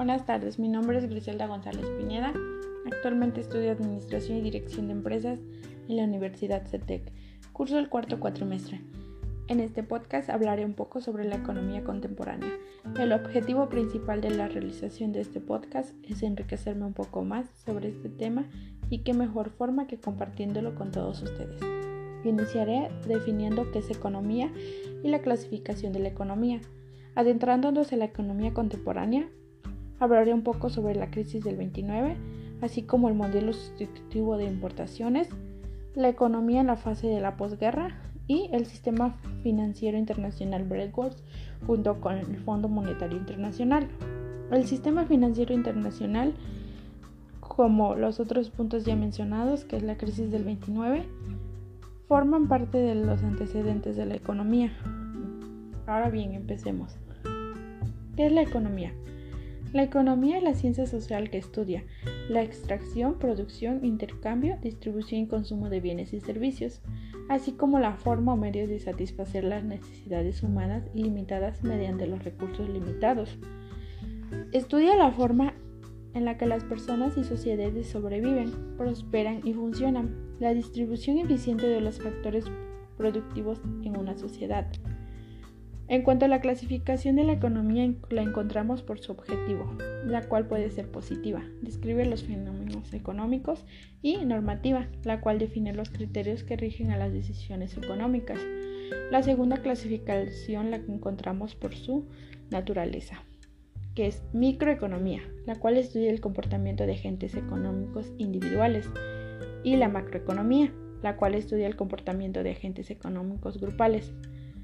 Buenas tardes, mi nombre es Griselda González Pineda. Actualmente estudio Administración y Dirección de Empresas en la Universidad CETEC. Curso el cuarto cuatrimestre. En este podcast hablaré un poco sobre la economía contemporánea. El objetivo principal de la realización de este podcast es enriquecerme un poco más sobre este tema y qué mejor forma que compartiéndolo con todos ustedes. Iniciaré definiendo qué es economía y la clasificación de la economía. Adentrándonos en la economía contemporánea, hablaré un poco sobre la crisis del 29, así como el modelo sustitutivo de importaciones, la economía en la fase de la posguerra y el sistema financiero internacional Bretton Woods junto con el Fondo Monetario Internacional. El sistema financiero internacional, como los otros puntos ya mencionados, que es la crisis del 29, forman parte de los antecedentes de la economía. Ahora bien, empecemos. ¿Qué es la economía? La economía es la ciencia social que estudia la extracción, producción, intercambio, distribución y consumo de bienes y servicios, así como la forma o medios de satisfacer las necesidades humanas ilimitadas mediante los recursos limitados. Estudia la forma en la que las personas y sociedades sobreviven, prosperan y funcionan, la distribución eficiente de los factores productivos en una sociedad. En cuanto a la clasificación de la economía, la encontramos por su objetivo, la cual puede ser positiva, describe los fenómenos económicos, y normativa, la cual define los criterios que rigen a las decisiones económicas. La segunda clasificación la encontramos por su naturaleza, que es microeconomía, la cual estudia el comportamiento de agentes económicos individuales, y la macroeconomía, la cual estudia el comportamiento de agentes económicos grupales.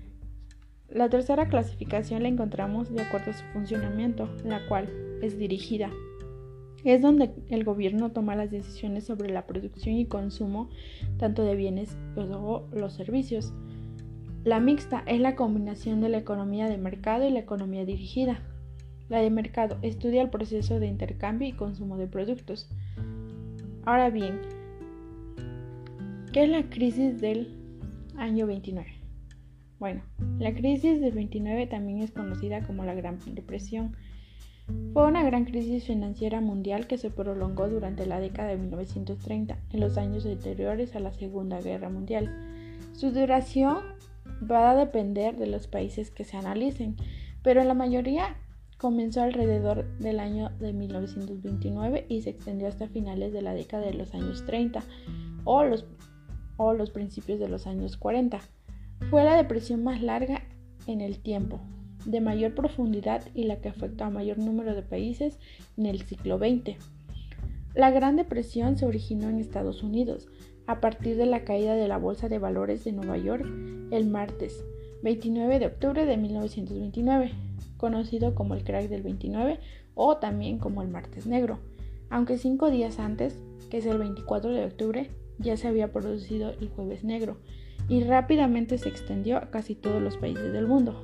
La tercera clasificación la encontramos de acuerdo a su funcionamiento, la cual es dirigida. Es donde el gobierno toma las decisiones sobre la producción y consumo tanto de bienes o los servicios. La mixta es la combinación de la economía de mercado y la economía dirigida. La de mercado estudia el proceso de intercambio y consumo de productos. Ahora bien, ¿qué es la crisis del año 29? Bueno, la crisis del 29 también es conocida como la Gran Depresión. Fue una gran crisis financiera mundial que se prolongó durante la década de 1930, en los años anteriores a la Segunda Guerra Mundial. Su duración va a depender de los países que se analicen, pero en la mayoría comenzó alrededor del año de 1929 y se extendió hasta finales de la década de los años 30 o los principios de los años 40. Fue la depresión más larga en el tiempo, de mayor profundidad y la que afectó a mayor número de países en el siglo XX. La Gran Depresión se originó en Estados Unidos a partir de la caída de la Bolsa de Valores de Nueva York el martes 29 de octubre de 1929, conocido como el crack del 29 o también como el martes negro, aunque 5 días antes, que es el 24 de octubre, ya se había producido el jueves negro, y rápidamente se extendió a casi todos los países del mundo.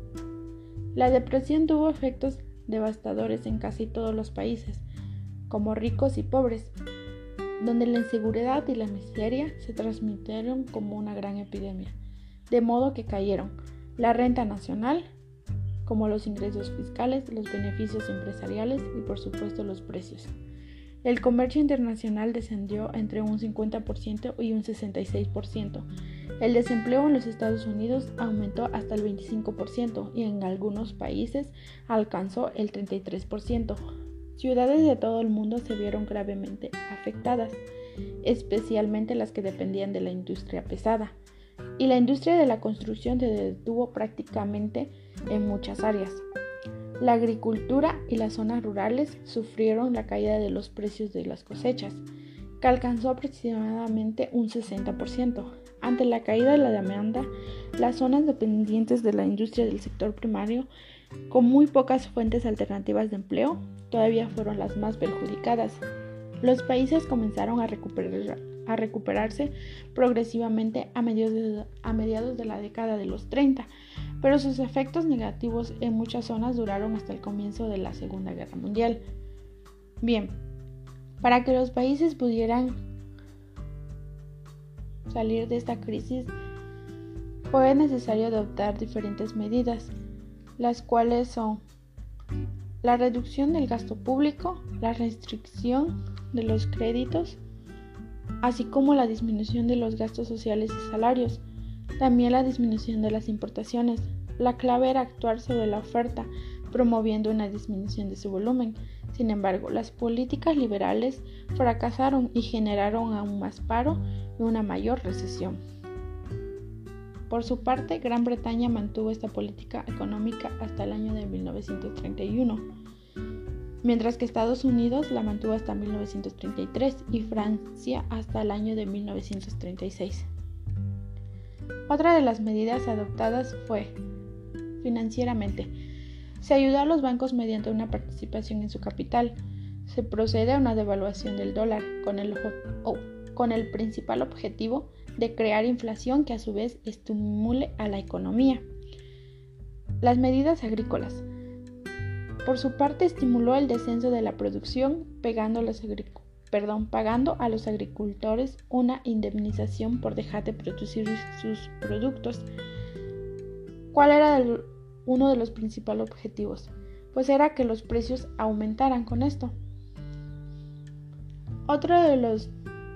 La depresión tuvo efectos devastadores en casi todos los países, como ricos y pobres, donde la inseguridad y la miseria se transmitieron como una gran epidemia, de modo que cayeron la renta nacional, como los ingresos fiscales, los beneficios empresariales y por supuesto los precios. El comercio internacional descendió entre un 50% y un 66%. El desempleo en los Estados Unidos aumentó hasta el 25% y en algunos países alcanzó el 33%. Ciudades de todo el mundo se vieron gravemente afectadas, especialmente las que dependían de la industria pesada. Y la industria de la construcción se detuvo prácticamente en muchas áreas. La agricultura y las zonas rurales sufrieron la caída de los precios de las cosechas, que alcanzó aproximadamente un 60%. Ante la caída de la demanda, las zonas dependientes de la industria del sector primario, con muy pocas fuentes alternativas de empleo, todavía fueron las más perjudicadas. Los países comenzaron a recuperarse progresivamente a mediados de la década de los 30, pero sus efectos negativos en muchas zonas duraron hasta el comienzo de la Segunda Guerra Mundial. Bien, para que los países pudieran salir de esta crisis, fue necesario adoptar diferentes medidas, las cuales son la reducción del gasto público, la restricción de los créditos, así como la disminución de los gastos sociales y salarios, también la disminución de las importaciones. La clave era actuar sobre la oferta, promoviendo una disminución de su volumen. Sin embargo, las políticas liberales fracasaron y generaron aún más paro y una mayor recesión. Por su parte, Gran Bretaña mantuvo esta política económica hasta el año de 1931, mientras que Estados Unidos la mantuvo hasta 1933 y Francia hasta el año de 1936. Otra de las medidas adoptadas fue, financieramente, se ayudó a los bancos mediante una participación en su capital. Se procede a una devaluación del dólar con el principal objetivo de crear inflación que a su vez estimule a la economía. Las medidas agrícolas. Por su parte, estimuló el descenso de la producción, pagando a los agricultores una indemnización por dejar de producir sus productos. ¿Cuál era uno de los principales objetivos? Pues era que los precios aumentaran con esto. Otra de las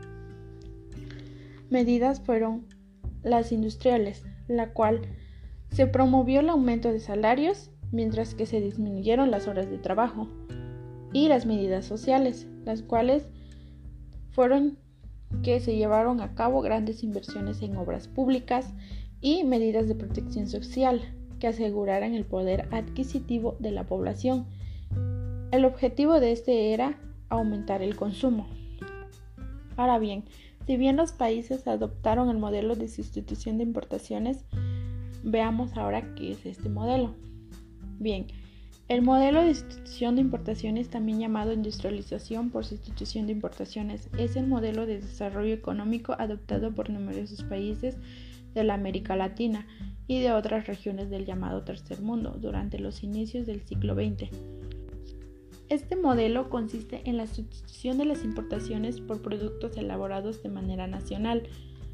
medidas fueron las industriales, la cual se promovió el aumento de salarios, mientras que se disminuyeron las horas de trabajo, y las medidas sociales, las cuales fueron que se llevaron a cabo grandes inversiones en obras públicas y medidas de protección social que aseguraran el poder adquisitivo de la población. El objetivo de este era aumentar el consumo. Ahora bien, si bien los países adoptaron el modelo de sustitución de importaciones, veamos ahora qué es este modelo. Bien, el modelo de sustitución de importaciones, también llamado industrialización por sustitución de importaciones, es el modelo de desarrollo económico adoptado por numerosos países de la América Latina y de otras regiones del llamado Tercer Mundo durante los inicios del siglo XX. Este modelo consiste en la sustitución de las importaciones por productos elaborados de manera nacional.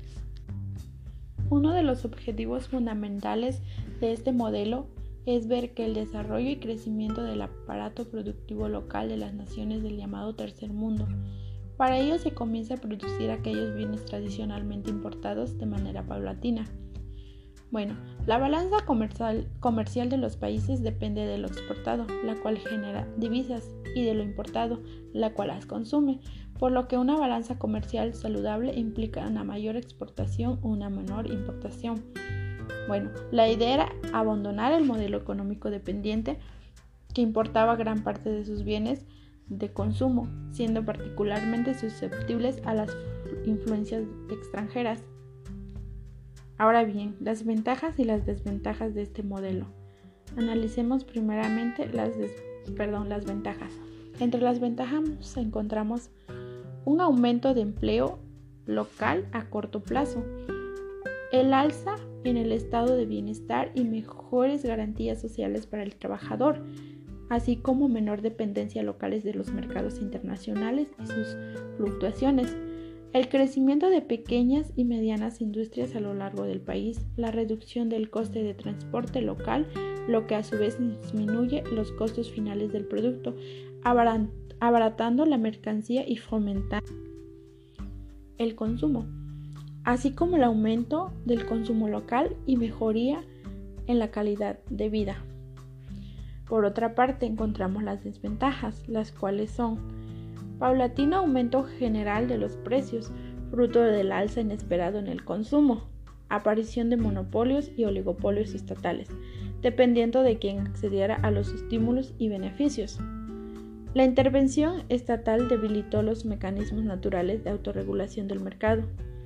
Uno de los objetivos fundamentales de este modelo es ver que el desarrollo y crecimiento del aparato productivo local de las naciones del llamado Tercer Mundo. Para ello se comienza a producir aquellos bienes tradicionalmente importados de manera paulatina. Bueno, la balanza comercial de los países depende de lo exportado, la cual genera divisas, y de lo importado, la cual las consume, por lo que una balanza comercial saludable implica una mayor exportación o una menor importación. Bueno, la idea era abandonar el modelo económico dependiente que importaba gran parte de sus bienes de consumo, siendo particularmente susceptibles a las influencias extranjeras. Ahora bien, las ventajas y las desventajas de este modelo. Analicemos primeramente las ventajas. Entre las ventajas encontramos un aumento de empleo local a corto plazo, el alza en el estado de bienestar y mejores garantías sociales para el trabajador, así como menor dependencia locales de los mercados internacionales y sus fluctuaciones, el crecimiento de pequeñas y medianas industrias a lo largo del país, la reducción del coste de transporte local, lo que a su vez disminuye los costos finales del producto, abaratando la mercancía y fomentando el consumo, así como el aumento del consumo local y mejoría en la calidad de vida. Por otra parte, encontramos las desventajas, las cuales son paulatino aumento general de los precios, fruto del alza inesperado en el consumo, aparición de monopolios y oligopolios estatales, dependiendo de quién accediera a los estímulos y beneficios. La intervención estatal debilitó los mecanismos naturales de autorregulación del mercado,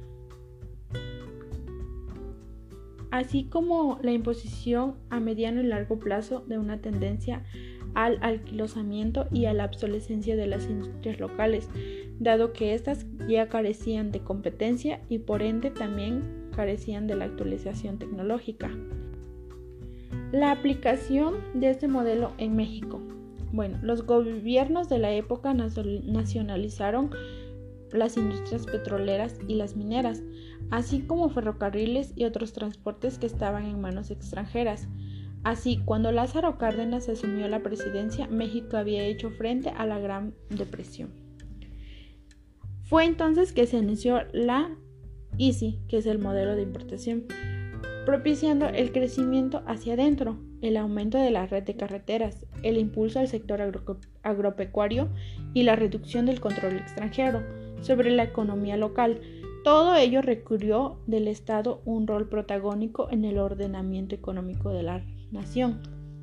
así como la imposición a mediano y largo plazo de una tendencia al alquilosamiento y a la obsolescencia de las industrias locales, dado que éstas ya carecían de competencia y por ende también carecían de la actualización tecnológica. La aplicación de este modelo en México. Bueno, los gobiernos de la época nacionalizaron las industrias petroleras y las mineras, así como ferrocarriles y otros transportes que estaban en manos extranjeras. Así, cuando Lázaro Cárdenas asumió la presidencia, México había hecho frente a la Gran Depresión. Fue entonces que se inició la ICI, que es el modelo de importación, propiciando el crecimiento hacia adentro, el aumento de la red de carreteras, el impulso al sector agropecuario y la reducción del control extranjero sobre la economía local. Todo ello requirió del Estado un rol protagónico en el ordenamiento económico de la nación.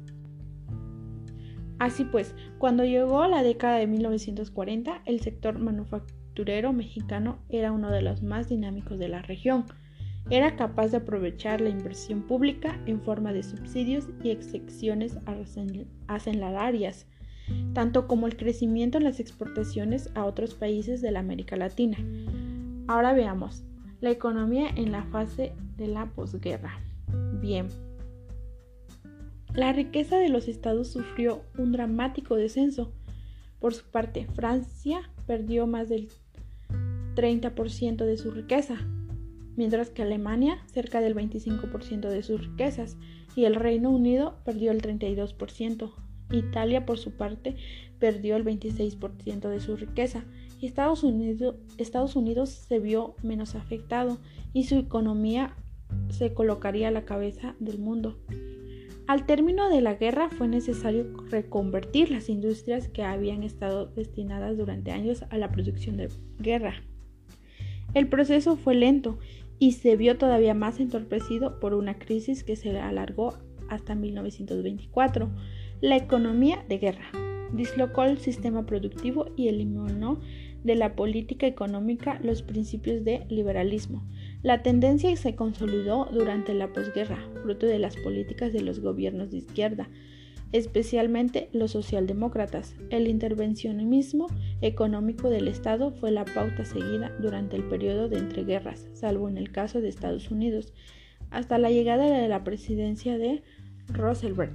Así pues, cuando llegó la década de 1940, el sector manufacturero mexicano era uno de los más dinámicos de la región. Era capaz de aprovechar la inversión pública en forma de subsidios y exenciones arancelarias, tanto como el crecimiento en las exportaciones a otros países de la América Latina. Ahora veamos la economía en la fase de la posguerra. Bien, la riqueza de los estados sufrió un dramático descenso. Por su parte, Francia perdió más del 30% de su riqueza, mientras que Alemania cerca del 25% de sus riquezas y el Reino Unido perdió el 32%. Italia, por su parte, perdió el 26% de su riqueza y Estados Unidos se vio menos afectado y su economía se colocaría a la cabeza del mundo. Al término de la guerra fue necesario reconvertir las industrias que habían estado destinadas durante años a la producción de guerra. El proceso fue lento y se vio todavía más entorpecido por una crisis que se alargó hasta 1924. La economía de guerra dislocó el sistema productivo y eliminó de la política económica los principios de liberalismo. La tendencia se consolidó durante la posguerra, fruto de las políticas de los gobiernos de izquierda, especialmente los socialdemócratas. El intervencionismo económico del Estado fue la pauta seguida durante el periodo de entreguerras, salvo en el caso de Estados Unidos, hasta la llegada de la presidencia de Roosevelt.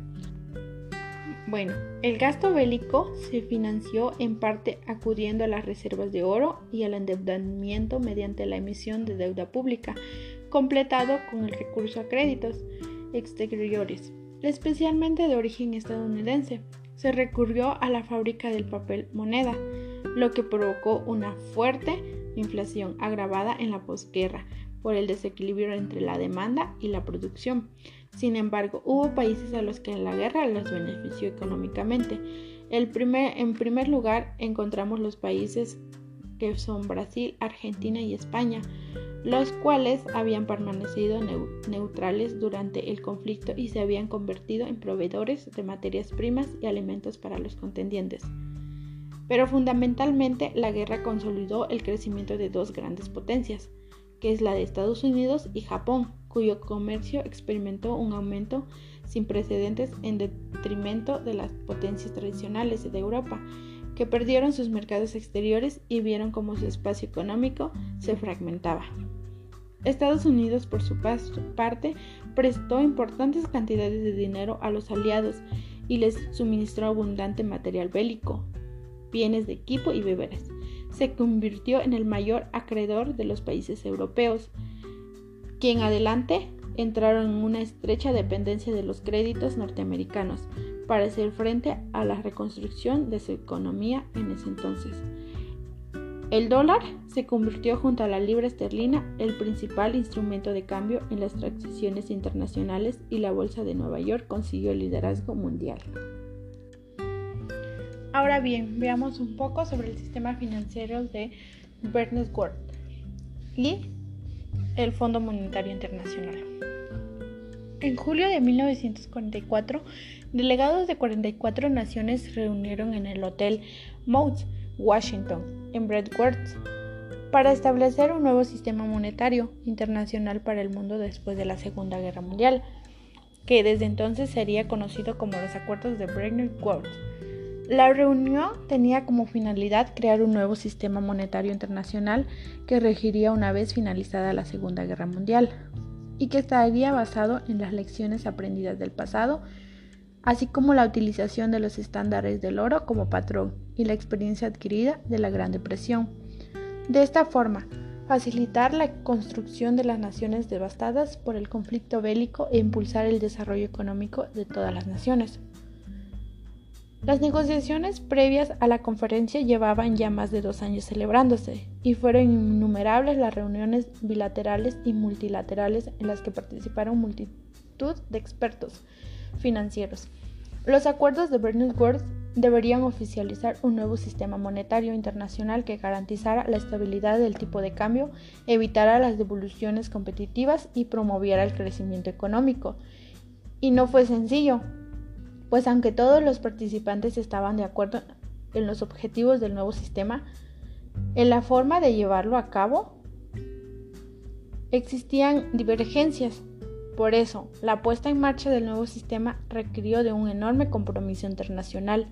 Bueno, el gasto bélico se financió en parte acudiendo a las reservas de oro y al endeudamiento mediante la emisión de deuda pública, completado con el recurso a créditos exteriores, especialmente de origen estadounidense. Se recurrió a la fábrica del papel moneda, lo que provocó una fuerte inflación agravada en la posguerra por el desequilibrio entre la demanda y la producción. Sin embargo, hubo países a los que la guerra les benefició económicamente. En primer lugar, encontramos los países que son Brasil, Argentina y España, los cuales habían permanecido neutrales durante el conflicto y se habían convertido en proveedores de materias primas y alimentos para los contendientes. Pero fundamentalmente, la guerra consolidó el crecimiento de dos grandes potencias, que es la de Estados Unidos y Japón, cuyo comercio experimentó un aumento sin precedentes en detrimento de las potencias tradicionales de Europa, que perdieron sus mercados exteriores y vieron cómo su espacio económico se fragmentaba. Estados Unidos, por su parte, prestó importantes cantidades de dinero a los aliados y les suministró abundante material bélico, bienes de equipo y víveres. Se convirtió en el mayor acreedor de los países europeos, que en adelante entraron en una estrecha dependencia de los créditos norteamericanos para hacer frente a la reconstrucción de su economía en ese entonces. El dólar se convirtió junto a la libra esterlina el principal instrumento de cambio en las transacciones internacionales y la bolsa de Nueva York consiguió el liderazgo mundial. Ahora bien, veamos un poco sobre el sistema financiero de Bretton Woods y el Fondo Monetario Internacional. En julio de 1944, delegados de 44 naciones se reunieron en el Hotel Mount Washington, en Bretton Woods, para establecer un nuevo sistema monetario internacional para el mundo después de la Segunda Guerra Mundial, que desde entonces sería conocido como los Acuerdos de Bretton Woods. La reunión tenía como finalidad crear un nuevo sistema monetario internacional que regiría una vez finalizada la Segunda Guerra Mundial y que estaría basado en las lecciones aprendidas del pasado, así como la utilización de los estándares del oro como patrón y la experiencia adquirida de la Gran Depresión. De esta forma, facilitar la construcción de las naciones devastadas por el conflicto bélico e impulsar el desarrollo económico de todas las naciones. Las negociaciones previas a la conferencia llevaban ya más de 2 años celebrándose y fueron innumerables las reuniones bilaterales y multilaterales en las que participaron multitud de expertos financieros. Los acuerdos de Bretton Woods deberían oficializar un nuevo sistema monetario internacional que garantizara la estabilidad del tipo de cambio, evitara las devoluciones competitivas y promoviera el crecimiento económico. Y no fue sencillo, pues aunque todos los participantes estaban de acuerdo en los objetivos del nuevo sistema, en la forma de llevarlo a cabo existían divergencias. Por eso, la puesta en marcha del nuevo sistema requirió de un enorme compromiso internacional.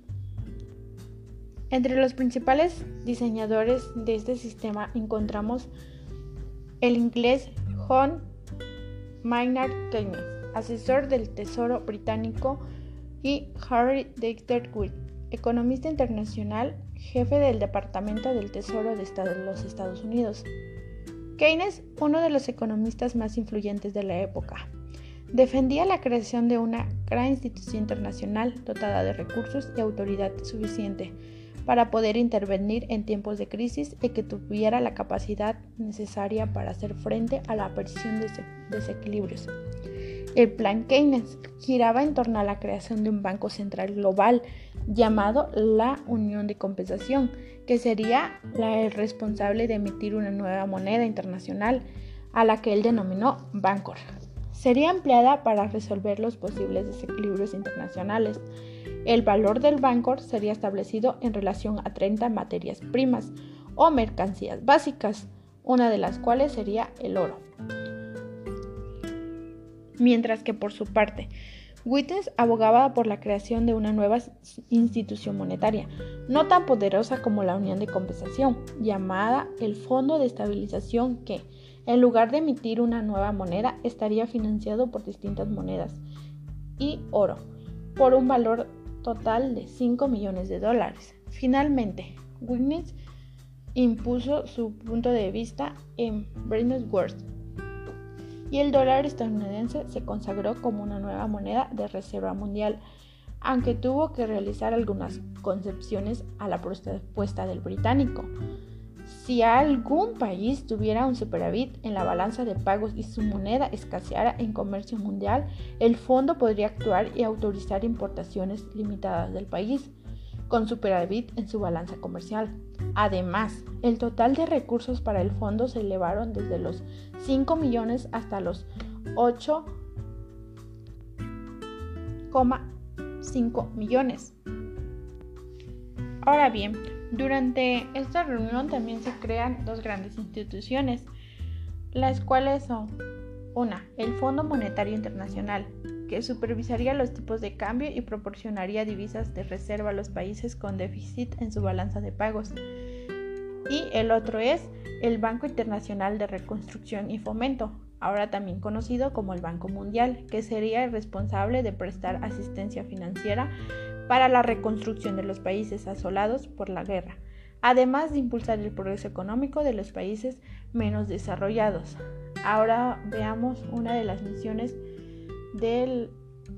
Entre los principales diseñadores de este sistema encontramos el inglés John Maynard Keynes, asesor del Tesoro británico, y Harry Dexter White, economista internacional, jefe del Departamento del Tesoro de los Estados Unidos. Keynes, uno de los economistas más influyentes de la época, defendía la creación de una gran institución internacional dotada de recursos y autoridad suficiente para poder intervenir en tiempos de crisis y que tuviera la capacidad necesaria para hacer frente a la aparición de desequilibrios. El plan Keynes giraba en torno a la creación de un banco central global llamado la Unión de Compensación, que sería el responsable de emitir una nueva moneda internacional, a la que él denominó Bancor. Sería empleada para resolver los posibles desequilibrios internacionales. El valor del Bancor sería establecido en relación a 30 materias primas o mercancías básicas, una de las cuales sería el oro. Mientras que por su parte, Whitney abogaba por la creación de una nueva institución monetaria, no tan poderosa como la Unión de Compensación, llamada el Fondo de Estabilización, que, en lugar de emitir una nueva moneda, estaría financiado por distintas monedas y oro, por un valor total de $5 millones. Finalmente, Whitney impuso su punto de vista en Bretton Woods, y el dólar estadounidense se consagró como una nueva moneda de reserva mundial, aunque tuvo que realizar algunas concesiones a la propuesta del británico. Si algún país tuviera un superávit en la balanza de pagos y su moneda escaseara en comercio mundial, el fondo podría actuar y autorizar importaciones limitadas del país, con superávit en su balanza comercial. Además, el total de recursos para el fondo se elevaron desde los 5 millones hasta los 8,5 millones. Ahora bien, durante esta reunión también se crean 2 grandes instituciones, las cuales son: una, el Fondo Monetario Internacional, que supervisaría los tipos de cambio y proporcionaría divisas de reserva a los países con déficit en su balanza de pagos. Y el otro es el Banco Internacional de Reconstrucción y Fomento, ahora también conocido como el Banco Mundial, que sería el responsable de prestar asistencia financiera para la reconstrucción de los países asolados por la guerra, además de impulsar el progreso económico de los países menos desarrollados. Ahora veamos una de las misiones del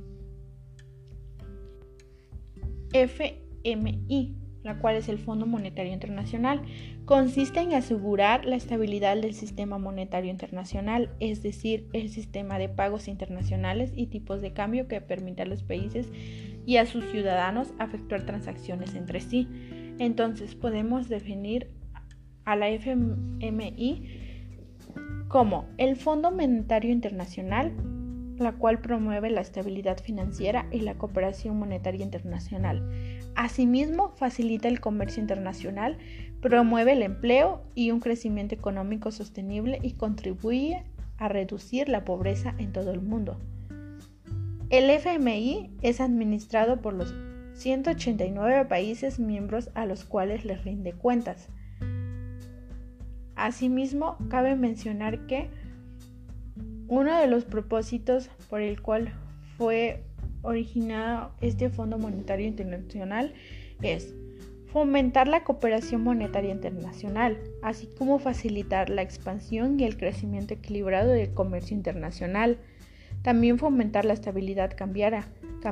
FMI, la cual es el Fondo Monetario Internacional. Consiste en asegurar la estabilidad del sistema monetario internacional, es decir, el sistema de pagos internacionales y tipos de cambio que permite a los países y a sus ciudadanos efectuar transacciones entre sí. Entonces podemos definir a la FMI como el Fondo Monetario Internacional, la cual promueve la estabilidad financiera y la cooperación monetaria internacional. Asimismo, facilita el comercio internacional, promueve el empleo y un crecimiento económico sostenible y contribuye a reducir la pobreza en todo el mundo. El FMI es administrado por los 189 países miembros a los cuales les rinde cuentas. Asimismo, cabe mencionar que uno de los propósitos por el cual fue originado este Fondo Monetario Internacional es Fomentar la cooperación monetaria internacional, así como facilitar la expansión y el crecimiento equilibrado del comercio internacional. También fomentar la estabilidad cambiaria,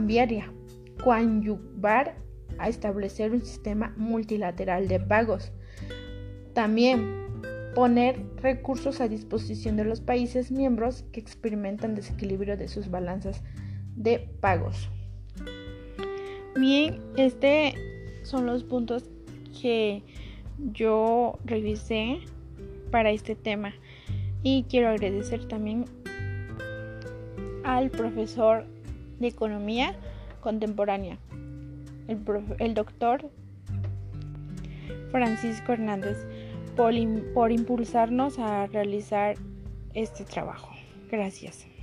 coadyuvar a establecer un sistema multilateral de pagos. También poner recursos a disposición de los países miembros que experimentan desequilibrio de sus balanzas de pagos. Bien, son los puntos que yo revisé para este tema, y quiero agradecer también al profesor de Economía Contemporánea, el doctor Francisco Hernández, por impulsarnos a realizar este trabajo. Gracias.